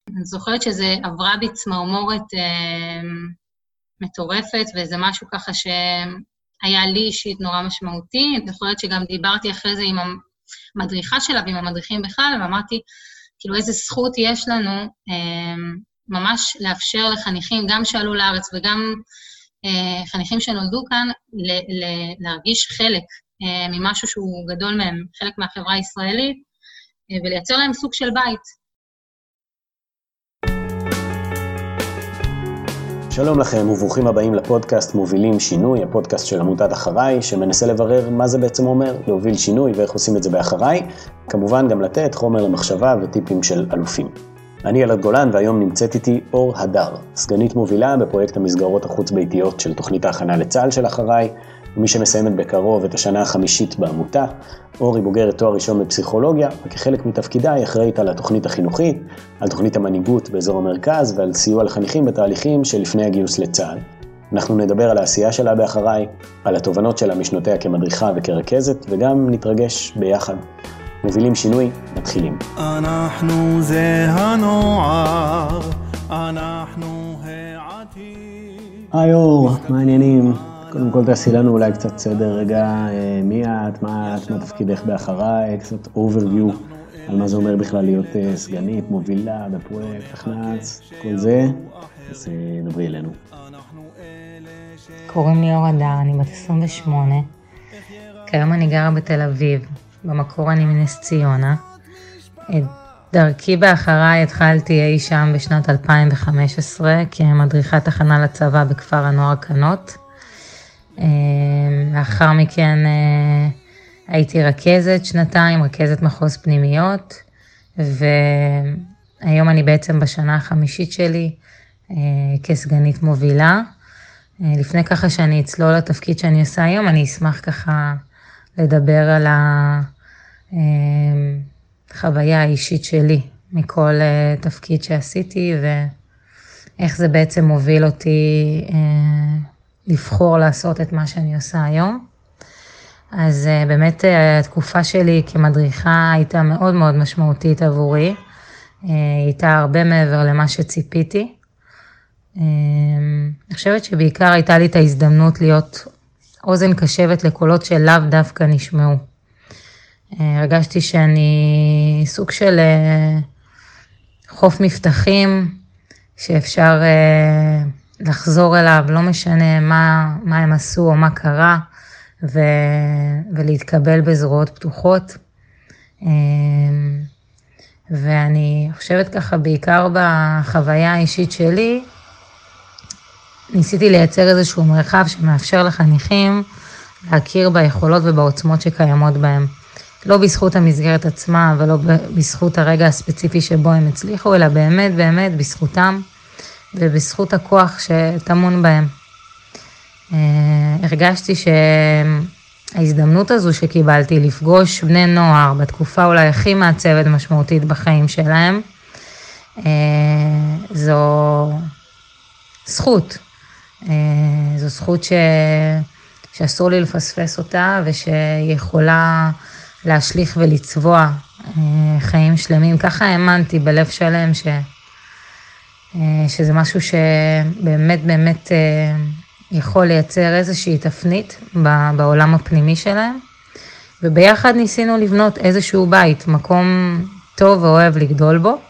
אני זוכרת שזה עברה בי צמרמורת מטורפת, וזה משהו ככה שהיה לי אישית נורא משמעותי. אני זוכרת שגם דיברתי אחרי זה עם המדריכה שלה ועם המדריכים בכלל, ואמרתי, כאילו איזה זכות יש לנו ממש לאפשר לחניכים, גם שעלו לארץ וגם חניכים שנולדו כאן, להרגיש חלק ממשהו שהוא גדול מהם, חלק מהחברה הישראלית, ולייצר להם סוג של בית. שלום לכם וברוכים הבאים לפודקאסט מובילים שינוי, הפודקאסט של עמותת אחריי, שמנסה לברר מה זה בעצם אומר להוביל שינוי ואיך עושים את זה באחריי, כמובן גם לתת חומר למחשבה וטיפים של אלופים. אני אלעד גולן והיום נמצאת איתי אור הדר, סגנית מובילה בפרויקט המסגרות החוץ-ביתיות של תוכנית ההכנה לצה"ל של אחריי, ומי שמסיימת בקרוב את השנה החמישית בעמותה. אור היא בוגרת תואר ראשון בפסיכולוגיה, וכחלק מתפקידה היא אחראית על התוכנית החינוכית, על תוכנית המנהיגות באזור המרכז ועל סיוע לחניכים בתהליכים שלפני הגיוס לצה"ל. אנחנו נדבר על העשייה שלה באחריי, על התובנות שלה משנותיה כמדריכה וכרכזת, וגם נתרגש ביחד. מובילים שינוי, מתחילים. אנחנו זה הנוער, אנחנו העתיד. היי אור, מה העניינים? קודם כל תעשי לנו אולי קצת סדר רגע, מי את, מה תפקידך באחריי, קצת overview על מה זה אומר בכלל להיות סגנית, מובילה, בפרויקט, תכנץ, כל זה, אז דברי אלינו. קוראים לי אור הדר, אני בת 28, כיום אני גרה בתל אביב, במקור אני מנס ציונה. את דרכי באחריי התחלתי אי שם בשנת 2015 כמדריכת הכנה לצבא בכפר הנוער קנות. לאחר מכן הייתי רכזת שנתיים, רכזת מחוז פנימיות, והיום אני בעצם בשנה החמישית שלי כסגנית מובילה. לפני ככה שאני אצלול לתפקיד שאני עושה היום, אני אשמח ככה לדבר על החוויה האישית שלי מכל תפקיד שעשיתי, ואיך זה בעצם מוביל אותי לבחור לעשות את מה שאני עושה היום. אז באמת התקופה שלי כמדריכה הייתה מאוד מאוד משמעותית עבורי. הייתה הרבה מעבר למה שציפיתי. אני חושבת שבעיקר הייתה לי את ההזדמנות להיות אוזן קשבת לקולות שלאו דווקא נשמעו. הרגשתי שאני סוג של חוף מבטחים שאפשר לחזור אליו, לא משנה מה הם עשו או מה קרה, ולהתקבל בזרועות פתוחות. ואני חושבת ככה בעיקר בחוויה האישית שלי, ניסיתי לייצר איזשהו מרחב שמאפשר לחניכים להכיר ביכולות ובעוצמות שקיימות בהם. לא בזכות המסגרת עצמה ולא בזכות הרגע הספציפי שבו הם הצליחו, אלא באמת באמת בזכותם ובזכות הכוח שטמון בהם. הרגשתי שההזדמנות הזו שקיבלתי לפגוש בני נוער בתקופה אולי הכי מעצבת משמעותית בחיים שלהם, זו זכות. זו זכות שאסור לי לפספס אותה, ושיכולה להשליך ולצבוע חיים שלמים. ככה האמנתי בלב שלם שזה משהו שבאמת באמת יכול לייצר איזושהי תפנית בעולם הפנימי שלהם, וביחד ניסינו לבנות איזשהו בית, מקום טוב ואוהב לגדול בו.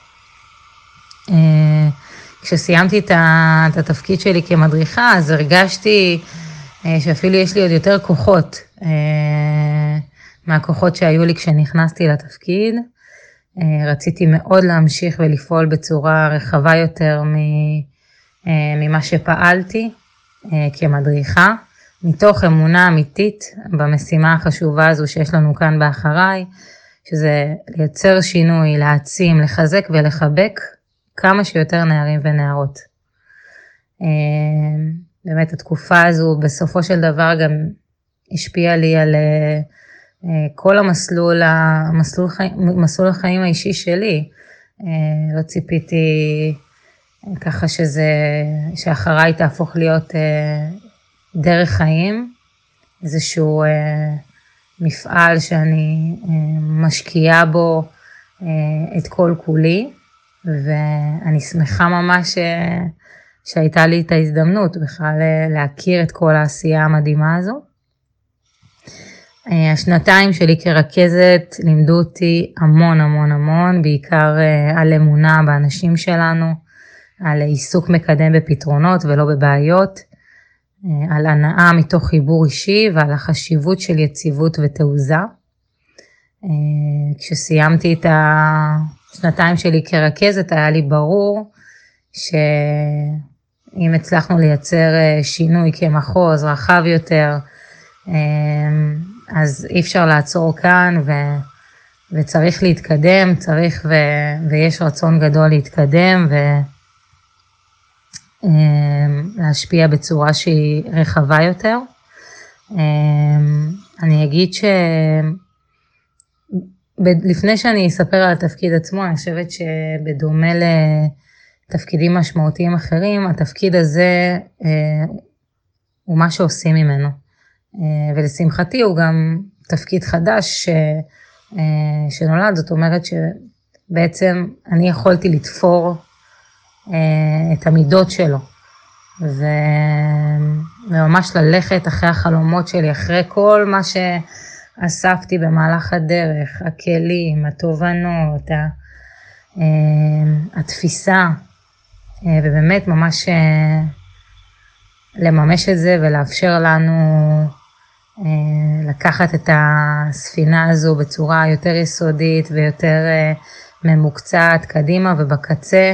כשסיימתי את התפקיד שלי כמדריכה, אז הרגשתי שאפילו יש לי עוד יותר כוחות מהכוחות שהיו לי כשנכנסתי לתפקיד. רציתי מאוד להמשיך ולפעול בצורה רחבה יותר ממה שפעלתי כמדריכה, מתוך אמונה אמיתית במשימה החשובה הזו שיש לנו כאן באחריי, שזה לייצר שינוי, להעצים, לחזק ולחבק כמה שיותר נערים ונערות. באמת התקופה הזו בסופו של דבר גם השפיעה לי על כל מסלול החיים האישי שלי. לא ציפיתי ככה שאחריי תהפוך להיות דרך חיים, איזשהו מפעל שאני משקיעה בו את כל כולי, ואני שמחה ממש שהייתה לי את ההזדמנות בכלל להכיר את כל העשייה המדהימה הזו. השנתיים שלי כרכזת לימדו אותי המון המון המון, בעיקר על אמונה באנשים שלנו, על עיסוק מקדם בפתרונות ולא בבעיות, על הנאה מתוך חיבור אישי ועל החשיבות של יציבות ותעוזה. כשסיימתי את השנתיים שלי כרכזת היה לי ברור שאם הצלחנו לייצר שינוי כמחוז רחב יותר, אז אי אפשר לעצור כאן וצריך להתקדם, ויש רצון גדול להתקדם ולהשפיע בצורה שהיא רחבה יותר. אני אגיד לפני שאני אספר על התפקיד עצמו, אני חושבת שבדומה לתפקידים משמעותיים אחרים, התפקיד הזה הוא מה שעושים ממנו. ולשמחתי הוא גם תפקיד חדש שנולד, זאת אומרת שבעצם אני יכולתי לתפור את המידות שלו, וממש ללכת אחרי החלומות שלי, אחרי כל מה שאספתי במהלך הדרך, הכלים, התובנות, התפיסה, ובאמת ממש לממש את זה ולאפשר לנו לקחת את הספינה הזו בצורה יותר יסודית ויותר ממוקצעת קדימה, ובקצה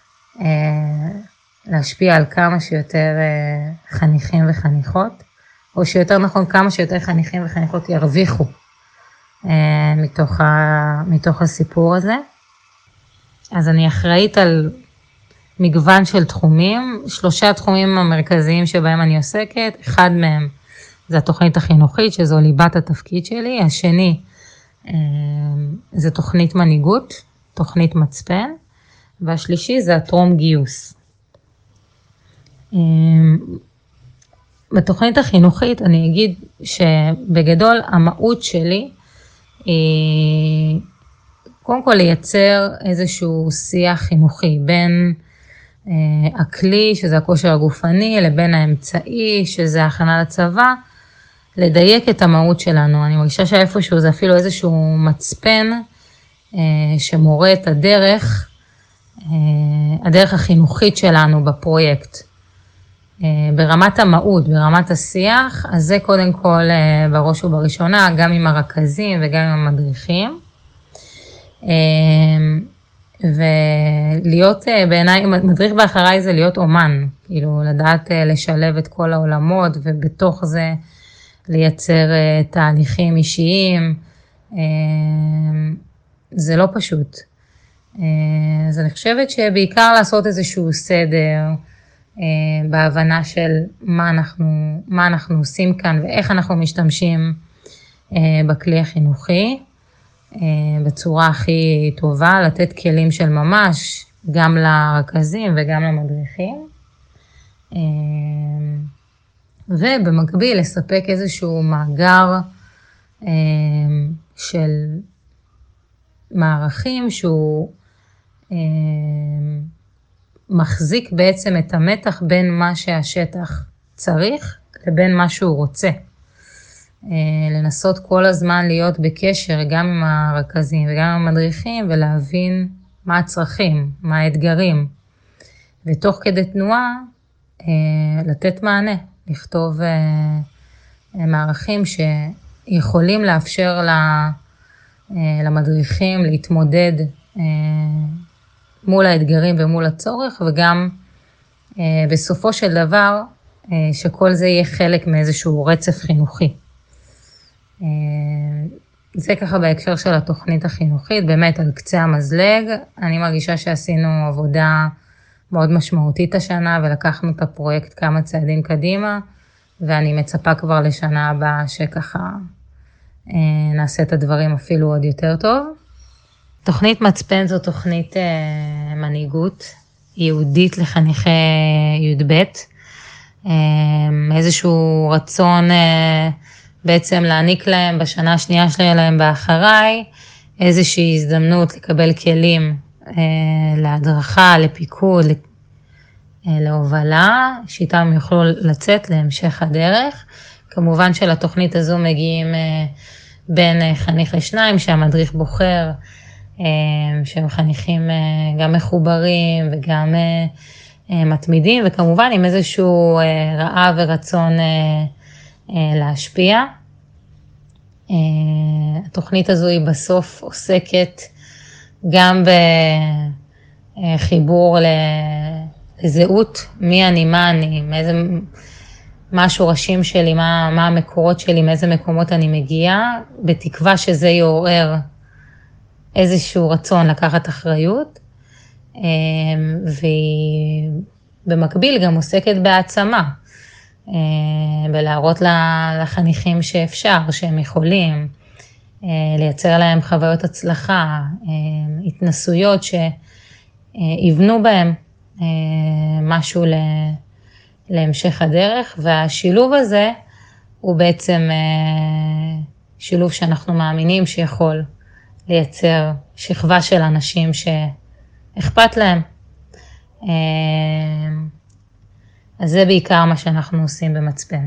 להשפיע על כמה שיותר חניכים וחניכות, או שיותר נכון כמה שיותר חניכים וחניכות ירוויחו מתוך הסיפור הזה. אז אני אחראית על מגוון של תחומים, 3 תחומים המרכזיים שבהם אני עוסקת. אחד מהם זה התוכנית החינוכית, שזו ליבת התפקיד שלי. השני זה תוכנית מנהיגות, תוכנית מצפן. והשלישי זה הטרום גיוס. בתוכנית החינוכית אני אגיד שבגדול המהות שלי היא קודם כל לייצר איזשהו שיח חינוכי בין הכלי, שזה הכושר הגופני, לבין האמצעי, שזה הכנה לצבא, לדייק את המהות שלנו. אני מרגישה שאיפשהו זה אפילו איזשהו מצפן שמורה את הדרך החינוכית שלנו בפרויקט. ברמת המהות, ברמת השיח, אז זה קודם כל בראש ובראשונה, גם עם הרכזים וגם עם המדריכים. ולהיות בעיניי, מדריך באחריי זה להיות אומן, כאילו לדעת לשלב את כל העולמות, ובתוך זה לייצר תהליכים אישיים, זה לא פשוט. אז אני חושבת שבעיקר לעשות איזשהו סדר, בהבנה של מה אנחנו עושים כאן, ואיך אנחנו משתמשים בכלי החינוכי, בצורה הכי טובה, לתת כלים של ממש, גם לרכזים וגם למדריכים, ובמקביל לספק איזשהו מאגר של מערכים שהוא מחזיק בעצם את המתח בין מה שהשטח צריך לבין מה שהוא רוצה. לנסות כל הזמן להיות בקשר גם עם הרכזים וגם עם המדריכים ולהבין מה הצרכים, מה האתגרים. ותוך כדי תנועה לתת מענה, לכתוב מערכים שיכולים לאפשר למדריכים להתמודד מול האתגרים ומול הצורך, וגם בסופו של דבר שכל זה יהיה חלק מאיזשהו רצף חינוכי. זה ככה בהקשר של התוכנית החינוכית, באמת על קצה המזלג. אני מרגישה שעשינו עבודה מאוד משמעותית השנה, ולקחנו את הפרויקט כמה צעדים קדימה, ואני מצפה כבר לשנה הבאה שככה נעשה את הדברים אפילו עוד יותר טוב. תוכנית מצפן זו תוכנית מנהיגות ייעודית לחניכי י"ב, איזשהו רצון בעצם להעניק להם בשנה השנייה שלהם באחריי, איזושהי הזדמנות לקבל כלים להדרכה, לפיקוד, להובלה, שאיתם הם יוכלו לצאת להמשך הדרך. כמובן שלתוכנית הזו מגיעים בין חניך לשניים, שהמדריך בוחר, שהם חניכים גם מחוברים וגם מתמידים, וכמובן עם איזשהו רעב ורצון להשפיע. התוכנית הזו היא בסוף עוסקת גם בחיבור לזהות, מי אני, מה אני, מה השורשים שלי, מה המקורות שלי, מאיזה מקומות אני מגיעה, בתקווה שזה יעורר איזשהו רצון לקחת אחריות, והיא במקביל גם עוסקת בהעצמה, ולהראות לחניכים שאפשר, שהם יכולים, לייצר להם חוויות הצלחה, התנסויות שיבנו בהם משהו להמשך הדרך, והשילוב הזה הוא בעצם שילוב שאנחנו מאמינים שיכול לייצר שכבה של אנשים שאכפת להם. אז זה בעיקר מה שאנחנו עושים במצפן.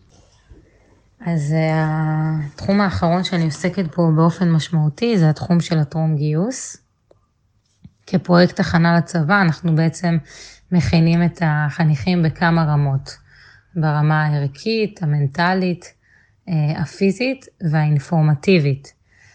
אז התחום האחרון שאני עוסקת פה באופן משמעותי זה התחום של הטרום גיוס. כפרויקט הכנה לצבא אנחנו בעצם מכינים את החניכים בכמה רמות, ברמה הערכית, המנטלית, הפיזית והאינפורמטיבית.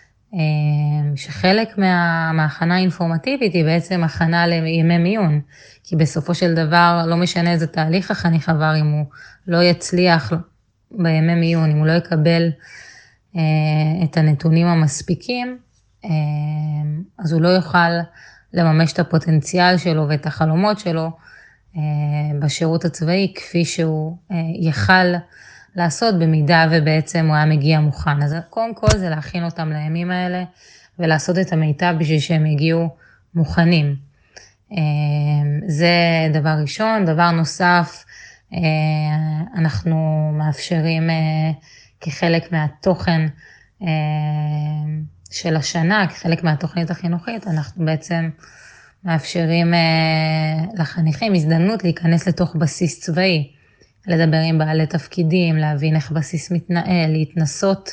שחלק מההכנה האינפורמטיבית היא בעצם הכנה לימי מיון, כי בסופו של דבר לא משנה איזה תהליך החניך עבר, אם הוא לא יצליח בימי מיון, אם הוא לא יקבל את הנתונים המספיקים, אז הוא לא יוכל לממש את הפוטנציאל שלו ואת החלומות שלו בשירות הצבאי, כפי שהוא יכל לעשות במידה ובעצם הוא היה מגיע מוכן. אז קודם כל זה להכין אותם לימים האלה, ולעשות את המיטב בשביל שהם יגיעו מוכנים. זה דבר ראשון. דבר נוסף, אנחנו מאפשרים כחלק מהתוכן של השנה, כחלק מהתוכנית החינוכית, אנחנו בעצם מאפשרים לחניכים הזדמנות להיכנס לתוך בסיס צבאי, לדבר עם בעלי תפקידים, להבין איך בסיס מתנהל, להתנסות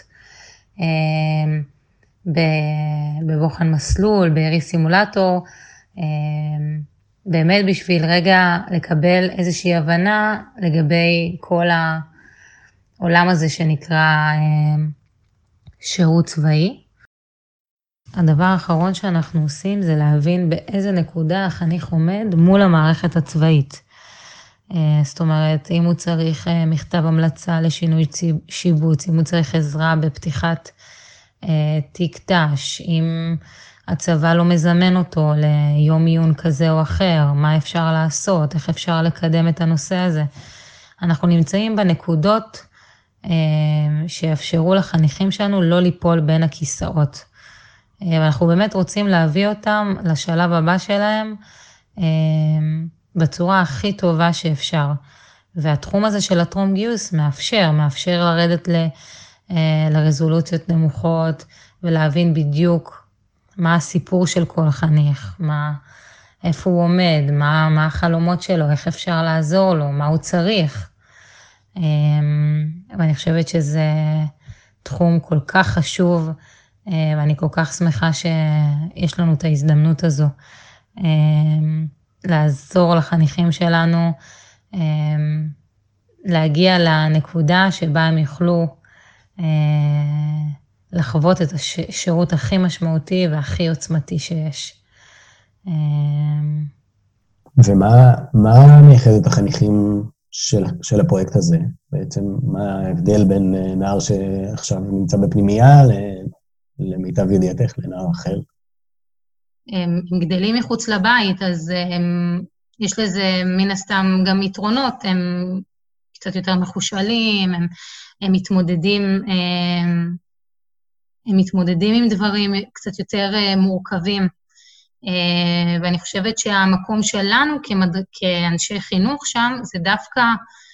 בבוחן מסלול, בירי סימולטור, באמת בשביל רגע לקבל איזושהי הבנה לגבי כל העולם הזה שנקרא שירות צבאי. הדבר האחרון שאנחנו עושים זה להבין באיזה נקודה החניך עומד מול המערכת הצבאית. זאת אומרת, אם הוא צריך מכתב המלצה לשינוי שיבוץ, אם הוא צריך עזרה בפתיחת תיק ת"ש, אם הצבא לא מזמן אותו ליום עיון כזה או אחר, מה אפשר לעשות, איך אפשר לקדם את הנושא הזה. אנחנו נמצאים בנקודות שיאפשרו לחניכים שלנו לא ליפול בין הכיסאות. ואנחנו באמת רוצים להביא אותם לשלב הבא שלהם בצורה הכי טובה שאפשר. והתחום הזה של הטרום גיוס מאפשר לרדת לרזולוציות נמוכות, ולהבין בדיוק מה הסיפור של כל חניך, איפה הוא עומד, מה החלומות שלו, איך אפשר לעזור לו, מה הוא צריך. ואני חושבת שזה תחום כל כך חשוב, ואני כל כך שמחה שיש לנו את ההזדמנות הזו, לעזור לחניכים שלנו, להגיע לנקודה שבה הם יוכלו לחוות את השירות הכי משמעותי והכי עוצמתי שיש. ומה מייחד את החניכים של הפרויקט הזה? בעצם מה ההבדל בין נער שעכשיו נמצא בפנימייה למיטב ידיעתך לנער אחר? הם גדלים מחוץ לבית, אז יש לזה מן הסתם גם יתרונות, הם קצת יותר מחושלים, הם מתמודדים עם דברים קצת יותר מורכבים, ואני חושבת שהמקום שלנו כאנשי חינוך שם, זה דווקא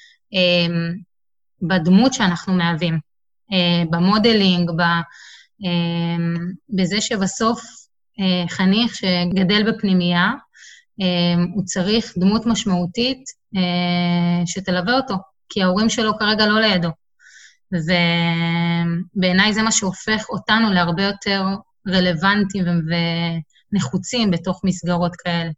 בדמות שאנחנו מהווים, במודלינג, בזה שבסוף חניך שגדל בפנימייה, הוא צריך דמות משמעותית שתלווה אותו, כי ההורים שלו כרגע לא לידו. ובעיניי זה מה שהופך אותנו להרבה יותר רלוונטיים ונחוצים בתוך מסגרות כאלה.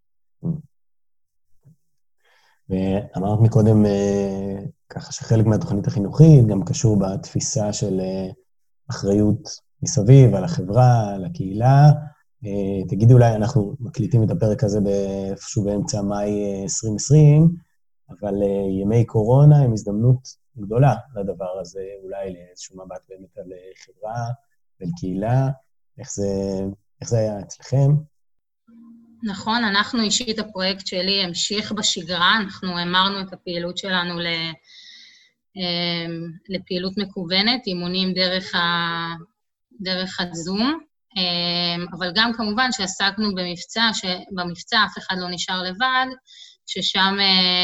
ואמרת מקודם ככה שחלק מהתוכנית החינוכית גם קשור בתפיסה של אחריות מסביב, על החברה, על הקהילה. תגידי, אולי אנחנו מקליטים את הפרק הזה איפשהו באמצע מאי 2020, אבל ימי קורונה הם הזדמנות גדולה לדבר הזה, אולי לאיזשהו מבט באמת על חברה ועל קהילה. איך זה היה אצלכם? נכון, אנחנו אישית, הפרויקט שלי המשיך בשגרה, אנחנו אמרנו את הפעילות שלנו לפעילות מקוונת, אימונים דרך הזום, אבל גם כמובן שעסקנו במבצע אף אחד לא נשאר לבד, ששם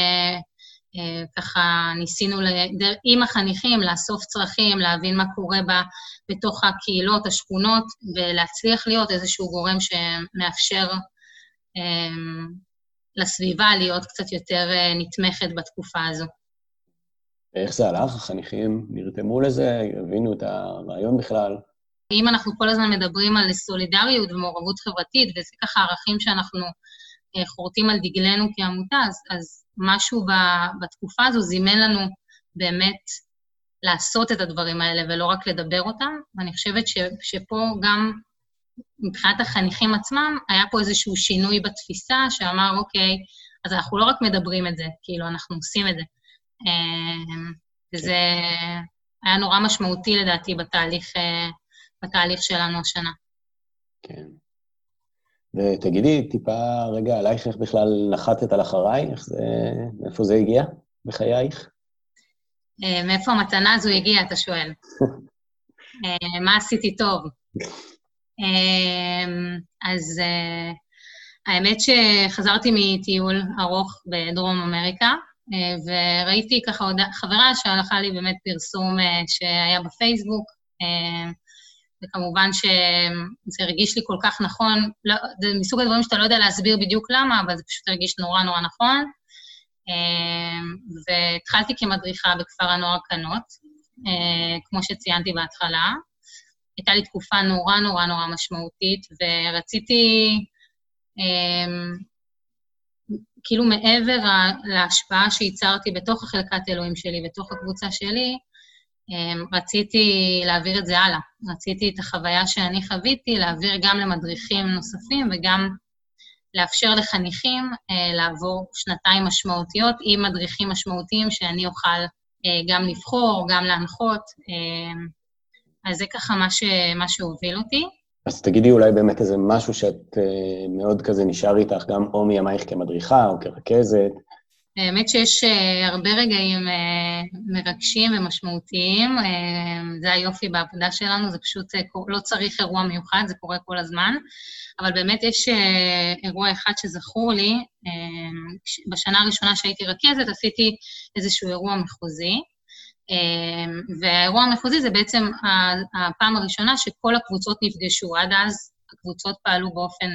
ככה ניסינו עם החניכים לאסוף צרכים, להבין מה קורה בתוך הקהילות, השכונות, ולהצליח להיות איזשהו גורם שמאפשר לסביבה להיות קצת יותר נתמכת בתקופה הזו. איך זה הלך? החניכים נרתמו לזה, הבינו את הרעיון בכלל? אם אנחנו כל הזמן מדברים על סולידריות ומעורבות חברתית, וזה ככה ערכים שאנחנו חורטים על דגלנו כעמותה, אז משהו בתקופה הזו זימן לנו באמת לעשות את הדברים האלה ולא רק לדבר אותם, ואני חושבת שפה גם מבחינת החניכים עצמם, היה פה איזשהו שינוי בתפיסה שאמר, אוקיי, אז אנחנו לא רק מדברים את זה, כאילו אנחנו עושים את זה. וזה היה נורא משמעותי לדעתי בתהליך שלנו השנה. כן. ותגידי, טיפה רגע עלייך, איך בכלל נחתת על אחריי? מאיפה זה הגיע בחייך? מאיפה המתנה הזו הגיעה, אתה שואל. מה עשיתי טוב? אז האמת שחזרתי מטיול ארוך בדרום אמריקה, וראיתי ככה עוד חברה שהלכה לי באמת פרסום שהיה בפייסבוק, וכמובן שזה הרגיש לי כל כך נכון, זה מסוג הדברים שאתה לא יודע להסביר בדיוק למה, אבל זה פשוט הרגיש נורא נורא נכון, והתחלתי כמדריכה בכפר הנוער קנות, כמו שציינתי בהתחלה, הייתה לי תקופה נורא נורא נורא משמעותית, ורציתי, כאילו מעבר להשפעה שייצרתי בתוך החלקת אלוהים שלי, בתוך הקבוצה שלי, רציתי להעביר את זה הלאה. רציתי את החוויה שאני חוויתי, להעביר גם למדריכים נוספים, וגם לאפשר לחניכים לעבור שנתיים משמעותיות, עם מדריכים משמעותיים שאני אוכל גם לבחור, גם להנחות, אז זה ככה מה שהוביל אותי. אז תגידי אולי באמת איזה משהו שאת מאוד כזה נשאר איתך, גם או מימייך כמדריכה או כרכזת. האמת שיש הרבה רגעים מרגשים ומשמעותיים, זה היופי בעבודה שלנו, זה פשוט לא צריך אירוע מיוחד, זה קורה כל הזמן, אבל באמת יש אירוע אחד שזכור לי, בשנה הראשונה שהייתי רכזת, עשיתי איזשהו אירוע מחוזי, והאירוע המחוזי זה בעצם הפעם הראשונה שכל הקבוצות נפגשו, עד אז הקבוצות פעלו באופן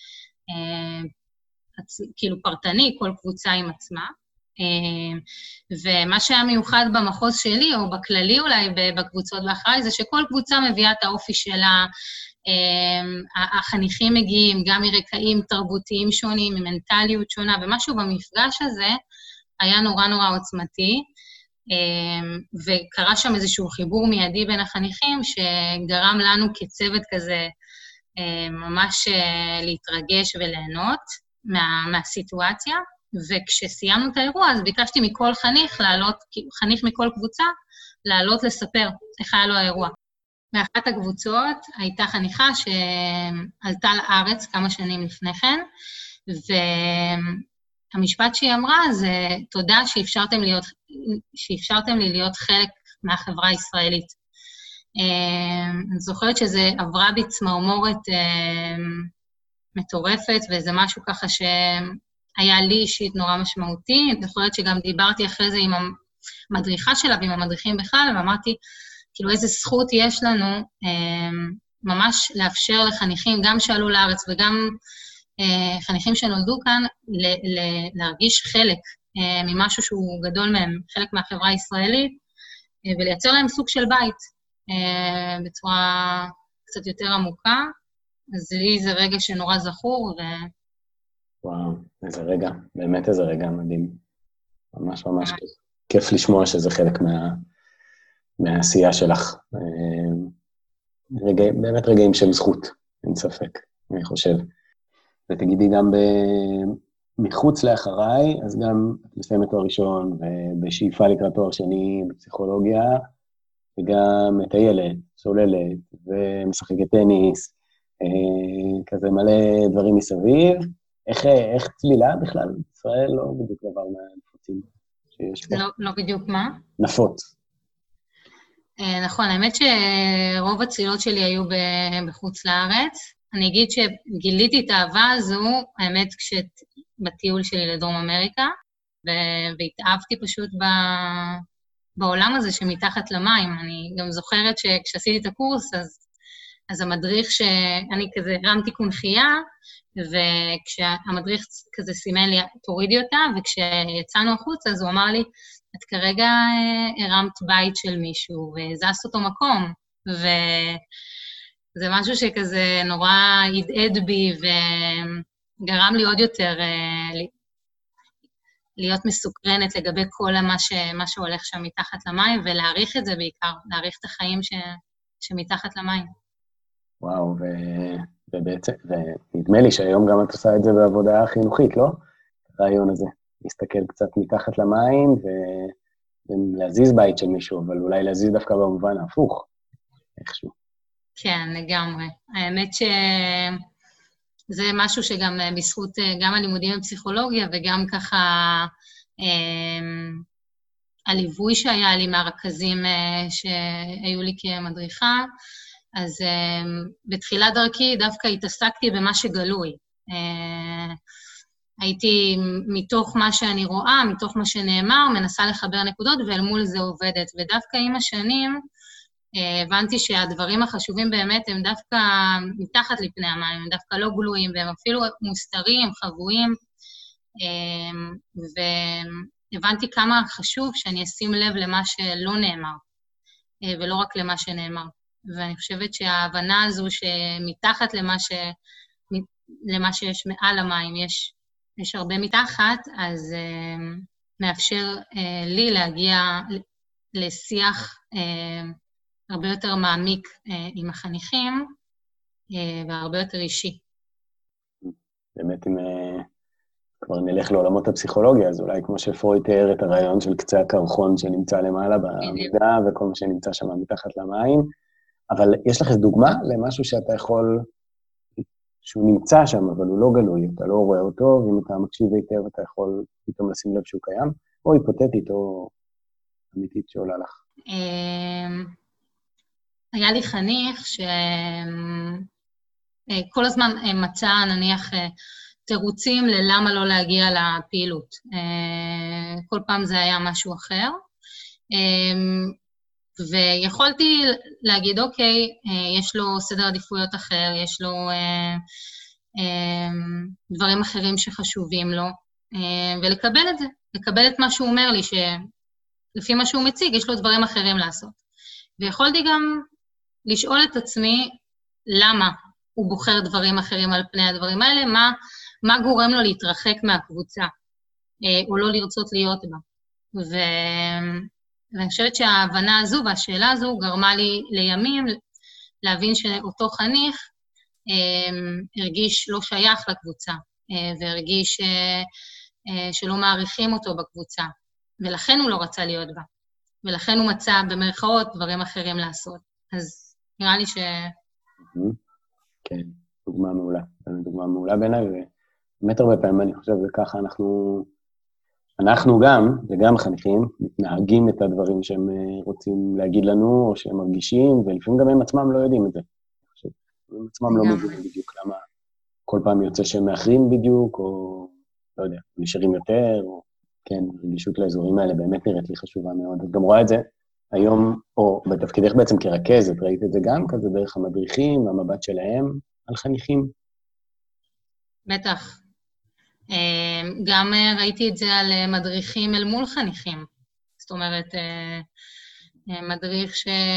כאילו פרטני, כל קבוצה עם עצמה, ומה שהיה מיוחד במחוז שלי, או בכללי אולי בקבוצות באחריי, זה שכל קבוצה מביאה את האופי שלה, החניכים מגיעים גם מרקעים תרבותיים שונים, ממנטליות שונה, ומשהו במפגש הזה היה נורא נורא עוצמתי, וקרה שם איזשהו חיבור מיידי בין החניכים, שגרם לנו כצוות כזה ממש להתרגש וליהנות מהסיטואציה, וכשסיימנו את האירוע, אז ביקשתי מכל חניך מכל קבוצה, לעלות לספר איך היה לו האירוע. מאחת הקבוצות הייתה חניכה שעלתה לארץ כמה שנים לפני כן, והמשפט שהיא אמרה זה, תודה שאפשרתם לי להיות חלק מהחברה הישראלית. אני זוכרת שזה עברה בי צמרמורת מטורפת, וזה משהו ככה שהיה לי אישית נורא משמעותי. אני זוכרת שגם דיברתי אחרי זה עם המדריכה שלה ועם המדריכים בכלל, ואמרתי, כאילו איזה זכות יש לנו ממש לאפשר לחניכים, גם שעלו לארץ וגם חניכים שנולדו כאן, להרגיש חלק ממשהו שהוא גדול מהם, חלק מהחברה הישראלית, ולייצר להם סוג של בית בצורה קצת יותר עמוקה. אז לי זה רגע שנורא זכור. וואו, איזה רגע, באמת איזה רגע מדהים. ממש ממש כיף לשמוע שזה חלק מהעשייה שלך. באמת רגעים של זכות, אין ספק, אני חושב. ותגידי גם מחוץ לאחריי, אז גם מסיימת תואר ראשון, ובשאיפה לקראת תואר שני בפסיכולוגיה, וגם מטיילת, צוללת, ומשחקת טניס, כזה מלא דברים מסביב. איך צלילה בכלל? ישראל לא בדיוק דבר מהנפוצים שיש פה. לא בדיוק מה? נפוץ. נכון, האמת שרוב הצלילות שלי היו בחוץ לארץ. אני אגיד שגיליתי את האהבה הזו, האמת, בטיול שלי לדרום אמריקה, והתאהבתי פשוט בעולם הזה שמתחת למים. אני גם זוכרת שכשעשיתי את הקורס, אז המדריך שאני כזה הרמתי קונחייה, וכשהמדריך כזה סימן לי, תורידי אותה, וכשיצאנו החוץ, אז הוא אמר לי, את כרגע הרמת בית של מישהו, והזזת אותו מקום, וזה משהו שכזה נורא הדהד בי, וגרם לי עוד יותר להיות מסוקרנת לגבי כל מה שהולך שם מתחת למים, ולהעריך את זה בעיקר, להעריך את החיים שמתחת למים. וואו, ובעצם, ונדמה לי שהיום גם את עושה את זה בעבודה חינוכית, לא? הרעיון הזה, להסתכל קצת מתחת למים, ולהזיז בית של מישהו, אבל אולי להזיז דווקא במובן ההפוך, איכשהו. כן, לגמרי. האמת שזה משהו שגם בזכות, גם הלימודים בפסיכולוגיה, וגם ככה הליווי שהיה לי מהרכזים שהיו לי כמדריכה, אז בתחילת דרכי דווקא התעסקתי במה שגלוי. הייתי מתוך מה שאני רואה, מתוך מה שנאמר, מנסה לחבר נקודות, ואל מול זה עובדת. ודווקא עם השנים הבנתי שהדברים החשובים באמת הם דווקא מתחת לפני המים, הם דווקא לא גלויים, והם אפילו מוסתרים, חבויים, והבנתי כמה חשוב שאני אשים לב למה שלא נאמר, ולא רק למה שנאמר. ואני חושבת שההבנה הזו שמתחת למה שיש מעל המים, יש הרבה מתחת, אז מאפשר לי להגיע לשיח הרבה יותר מעמיק עם החניכים, והרבה יותר אישי. באמת, אם כבר נלך לעולמות הפסיכולוגיה, אז אולי כמו שפרויד תיאר את הרעיון של קצה הקרחון שנמצא למעלה בעמודה, וכל מה שנמצא שם מתחת למים, אבל יש לך דוגמה למשהו שאתה יכול, שהוא נמצא שם, אבל הוא לא גלוי, אתה לא רואה אותו, ואם אתה מקשיב היטב, אתה יכול פתאום לשים לב שהוא קיים, או היפותטית, או אמיתית שעולה לך. היה לי חניך שכל הזמן מצא, נניח, תירוצים ללמה לא להגיע לפעילות. כל פעם זה היה משהו אחר. ויכולתי להגיד, אוקיי, יש לו סדר עדיפויות אחר, יש לו דברים אחרים שחשובים לו, ולקבל את זה, לקבל את מה שהוא אומר לי, שלפי מה שהוא מציג, יש לו דברים אחרים לעשות. ויכולתי גם לשאול את עצמי, למה הוא בוחר דברים אחרים על פני הדברים האלה, מה גורם לו להתרחק מהקבוצה, או לא לרצות להיות בה. ואני חושבת שההבנה הזו והשאלה הזו גרמה לי לימים להבין שאותו חניך הרגיש לא שייך לקבוצה, והרגיש שלא מעריכים אותו בקבוצה, ולכן הוא לא רצה להיות בה, ולכן הוא מצא במרכאות דברים אחרים לעשות. אז נראה לי כן, דוגמה מעולה בעיניי, ובאמת הרבה פעמים אני חושב וככה אנחנו גם, וגם חניכים, מתנהגים את הדברים שהם רוצים להגיד לנו, או שהם מרגישים, ולפעמים גם הם עצמם לא יודעים את זה. הם עצמם לא מבינים בדיוק למה כל פעם יוצא שהם מאחרים בדיוק, או לא יודע, נשארים יותר, או כן, רגישות לאזורים האלה באמת נראית לי חשובה מאוד. את גם רואה את זה, היום, או בתפקידך בעצם כרכזת, ראית את זה גם כזה דרך המדריכים, המבט שלהם על חניכים? בטח. גם ראיתי את זה על מדריכים אל מול חניכים. זאת אומרת, מדריך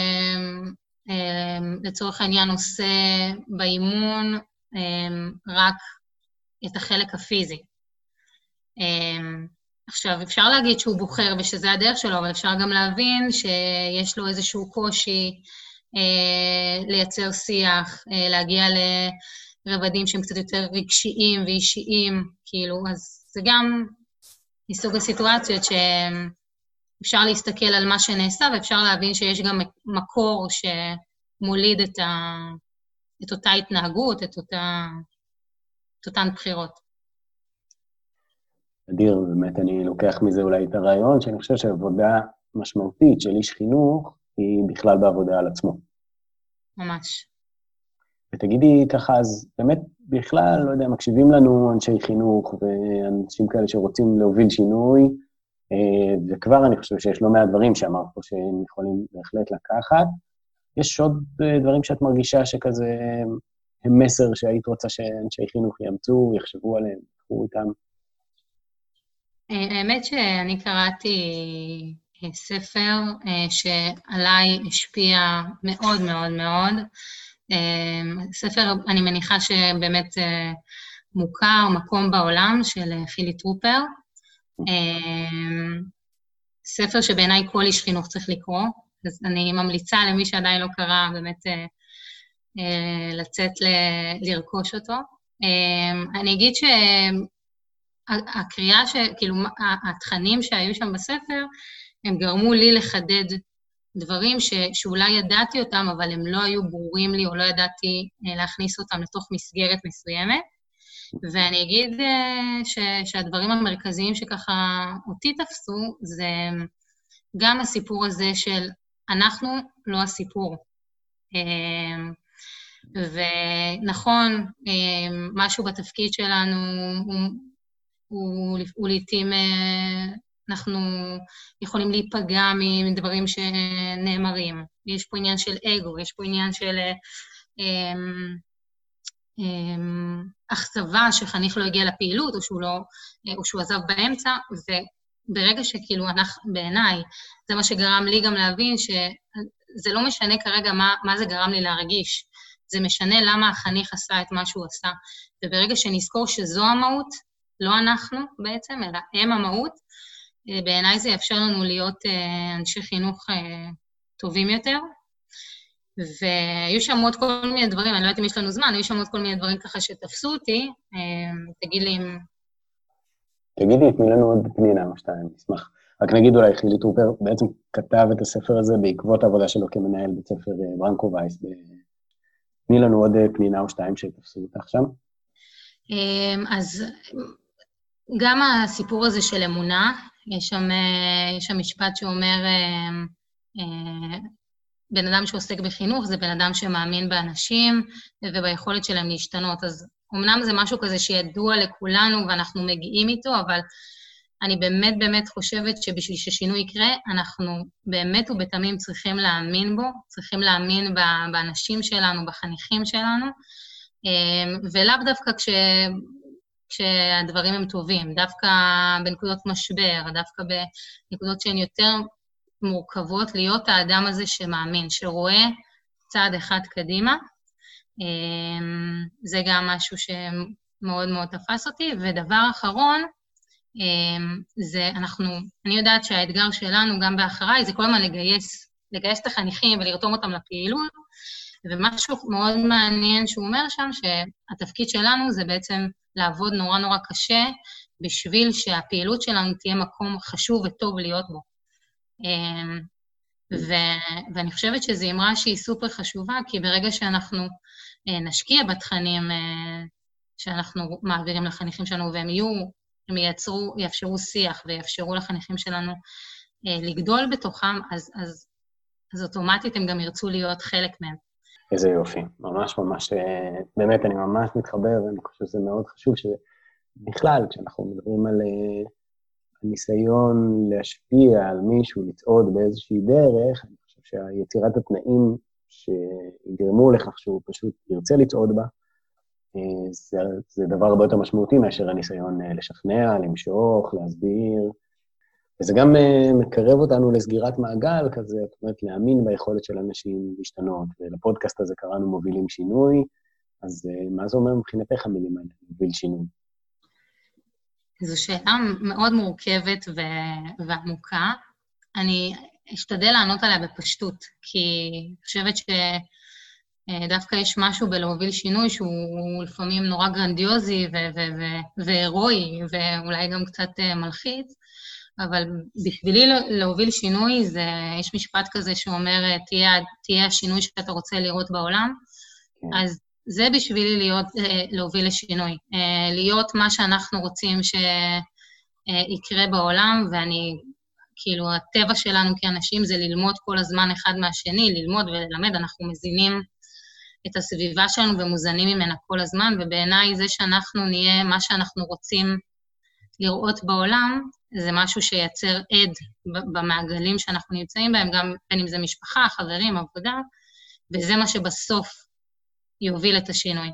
שלצורך העניין עושה באימון רק את החלק הפיזי. עכשיו, אפשר להגיד שהוא בוחר ושזה הדרך שלו, אבל אפשר גם להבין שיש לו איזשהו קושי לייצר שיח, להגיע לרבדים שהם קצת יותר רגשיים ואישיים, כאילו, אז זה גם מסוג הסיטואציות שאפשר להסתכל על מה שנעשה, ואפשר להבין שיש גם מקור שמוליד את אותה התנהגות, את אותן בחירות. אדיר, באמת אני לוקח מזה אולי את הרעיון, שאני חושב שעבודה משמעותית של איש חינוך, היא בכלל בעבודה על עצמו. ממש. ותגידי ככה, אז באמת בכלל, לא יודע, מקשיבים לנו אנשי חינוך, ואנשים כאלה שרוצים להוביל שינוי, וכבר אני חושב שיש לא מעט דברים שאמרת פה שהם יכולים בהחלט לקחת. יש עוד דברים שאת מרגישה שכזה, הם מסר שהיית רוצה שאנשי חינוך יאמצו, יחשבו עליהם, יקחו איתם? האמת שאני קראתי ספר שעליי השפיע מאוד מאוד מאוד. ספר, אני מניחה שבאמת מוכר, מקום בעולם, של חילי טרופר. ספר שבעיניי כל איש חינוך צריך לקרוא, אז אני ממליצה למי שעדיין לא קרא באמת לצאת לרכוש אותו. אני אגיד הקריאה, כאילו, התכנים שהיו שם בספר, הם גרמו לי לחדד דברים שאולי ידעתי אותם, אבל הם לא היו ברורים לי, או לא ידעתי להכניס אותם לתוך מסגרת מסוימת. ואני אגיד שהדברים המרכזיים שככה אותי תפסו, זה גם הסיפור הזה של אנחנו לא הסיפור. ונכון, משהו בתפקיד שלנו הוא לעתים, אנחנו יכולים להיפגע מדברים שנאמרים. יש פה עניין של אגו, יש פה עניין של אכזבה שחניך לא הגיע לפעילות, או שהוא עזב באמצע, וברגע שכאילו בעיניי, זה מה שגרם לי גם להבין שזה לא משנה כרגע מה זה גרם לי להרגיש, זה משנה למה החניך עשה את מה שהוא עשה, וברגע שנזכור שזו המהות, לא אנחנו בעצם, אלא הם המהות, בעיניי זה יאפשר לנו להיות אנשי חינוך טובים יותר, והיו שם עוד כל מיני דברים, אני לא יודעת אם יש לנו זמן, היו שם עוד כל מיני דברים ככה שתפסו אותי, תגיד לי אם... תגידי, תני לנו עוד פנינה או שתיים, נשמח. רק נגיד אולי, חילי טרופר בעצם כתב את הספר הזה בעקבות העבודה שלו כמנהל בית ספר ברנקו וייס. תני לנו עוד פנינה או שתיים שתפסו אותך שם. אז גם הסיפור הזה של אמונה, יש שם משפט שאומר, בן אדם שעוסק בחינוך זה בן אדם שמאמין באנשים וביכולת שלהם להשתנות. אז אמנם זה משהו כזה שידוע לכולנו ואנחנו מגיעים איתו, אבל אני באמת באמת חושבת שבשביל ששינוי יקרה, אנחנו באמת ובתמים צריכים להאמין בו, צריכים להאמין באנשים שלנו, בחניכים שלנו, ולאו דווקא כשהדברים הם טובים, דווקא בנקודות משבר, דווקא בנקודות שהן יותר מורכבות, להיות האדם הזה שמאמין, שרואה צעד אחד קדימה. זה גם משהו שמאוד מאוד תפס אותי. ודבר אחרון, זה אני יודעת שהאתגר שלנו גם באחריי, זה כל הזמן לגייס את החניכים ולרתום אותם לפעילות, ומשהו מאוד מעניין שהוא אומר שם, שהתפקיד שלנו זה בעצם לעבוד נורא נורא קשה, בשביל שהפעילות שלנו תהיה מקום חשוב וטוב להיות בו. ואני חושבת שזו אמרה שהיא סופר חשובה, כי ברגע שאנחנו נשקיע בתכנים שאנחנו מעבירים לחניכים שלנו, והם יאפשרו שיח ויאפשרו לחניכים שלנו לגדול בתוכם, אז אוטומטית הם גם ירצו להיות חלק מהם. איזה יופי, ממש ממש, באמת אני ממש מתחבר, ואני חושב שזה מאוד חשוב שבכלל, כשאנחנו מדברים הניסיון להשפיע על מישהו, לצעוד באיזושהי דרך, אני חושב שהיצירת התנאים שיגרמו לכך שהוא פשוט ירצה לצעוד בה, זה דבר הרבה יותר משמעותי מאשר הניסיון לשכנע, למשוך, להסביר, וזה גם מקרב אותנו לסגירת מעגל כזה, זאת אומרת, להאמין ביכולת של אנשים להשתנות, ולפודקאסט הזה קראנו מובילים שינוי, אז מה זה אומר מבחינתך המילים האלה, מוביל שינוי? זו שאלה מאוד מורכבת ועמוקה. אני אשתדל לענות עליה בפשטות, כי אני חושבת שדווקא יש משהו בלהוביל שינוי שהוא לפעמים נורא גרנדיוזי והירואי, ואולי גם קצת מלחיץ, אבל בשבילי להוביל שינוי, יש משפט כזה שאומר, תהיה השינוי שאתה רוצה לראות בעולם, אז זה בשבילי להוביל לשינוי, להיות מה שאנחנו רוצים שיקרה בעולם, ואני, כאילו, הטבע שלנו כאנשים זה ללמוד כל הזמן אחד מהשני, ללמוד וללמד, אנחנו מזינים את הסביבה שלנו ומוזנים ממנה כל הזמן, ובעיניי זה שאנחנו נהיה מה שאנחנו רוצים לראות בעולם, זה משהו שייצר עד במעגלים שאנחנו נמצאים בהם, גם בין אם זה משפחה, חברים, עבודה, וזה מה שבסוף יוביל את השינוי.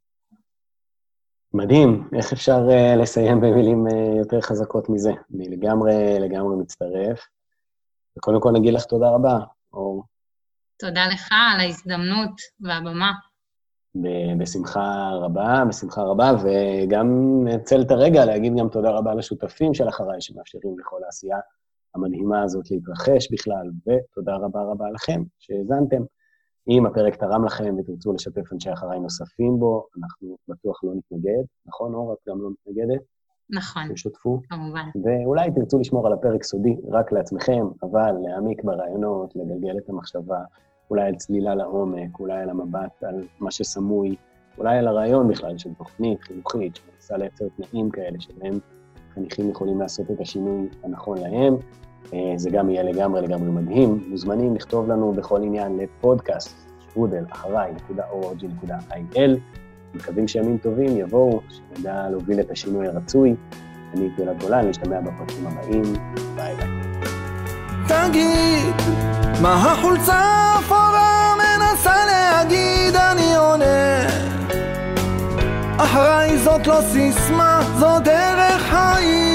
מדהים, איך אפשר לסיים במילים יותר חזקות מזה? אני לגמרי מצטרף. וקודם כל נגיד לך תודה רבה, אור. תודה לך על ההזדמנות והבמה. בשמחה רבה, וגם נצל את הרגע להגיד גם תודה רבה לשותפים של אחריי, שמאפשרים לכל העשייה המדהימה הזאת להתרחש בכלל, ותודה רבה לכם שהזנתם. אם הפרק תרם לכם ותרצו לשתף אנשי אחריי נוספים בו, אנחנו בטוח לא נתנגד, נכון אור? את גם לא מתנגדת? נכון, ששותפו. כמובן. ואולי תרצו לשמור על הפרק סודי רק לעצמכם, אבל להעמיק ברעיונות, לגלגל את המחשבה, אולי על צלילה לעומק, אולי על המבט, על מה שסמוי, אולי על הרעיון בכלל של תוכנית חינוכית, שמנסה לייצר תנאים כאלה שבהם חניכים יכולים לעשות את השינוי הנכון להם. זה גם יהיה לגמרי מדהים. מוזמנים לכתוב לנו בכל עניין לפודקאסט, strudel@org.il. מקווים שימים טובים יבואו, שנדע להוביל את השינוי הרצוי. אני גלעד גולן, להשתמע בפרקים הבאים. ביי. תגיד, מה החולצה האפורה מנסה להגיד, אני עונה. אחריי זאת לא סיסמה, זו דרך חיים.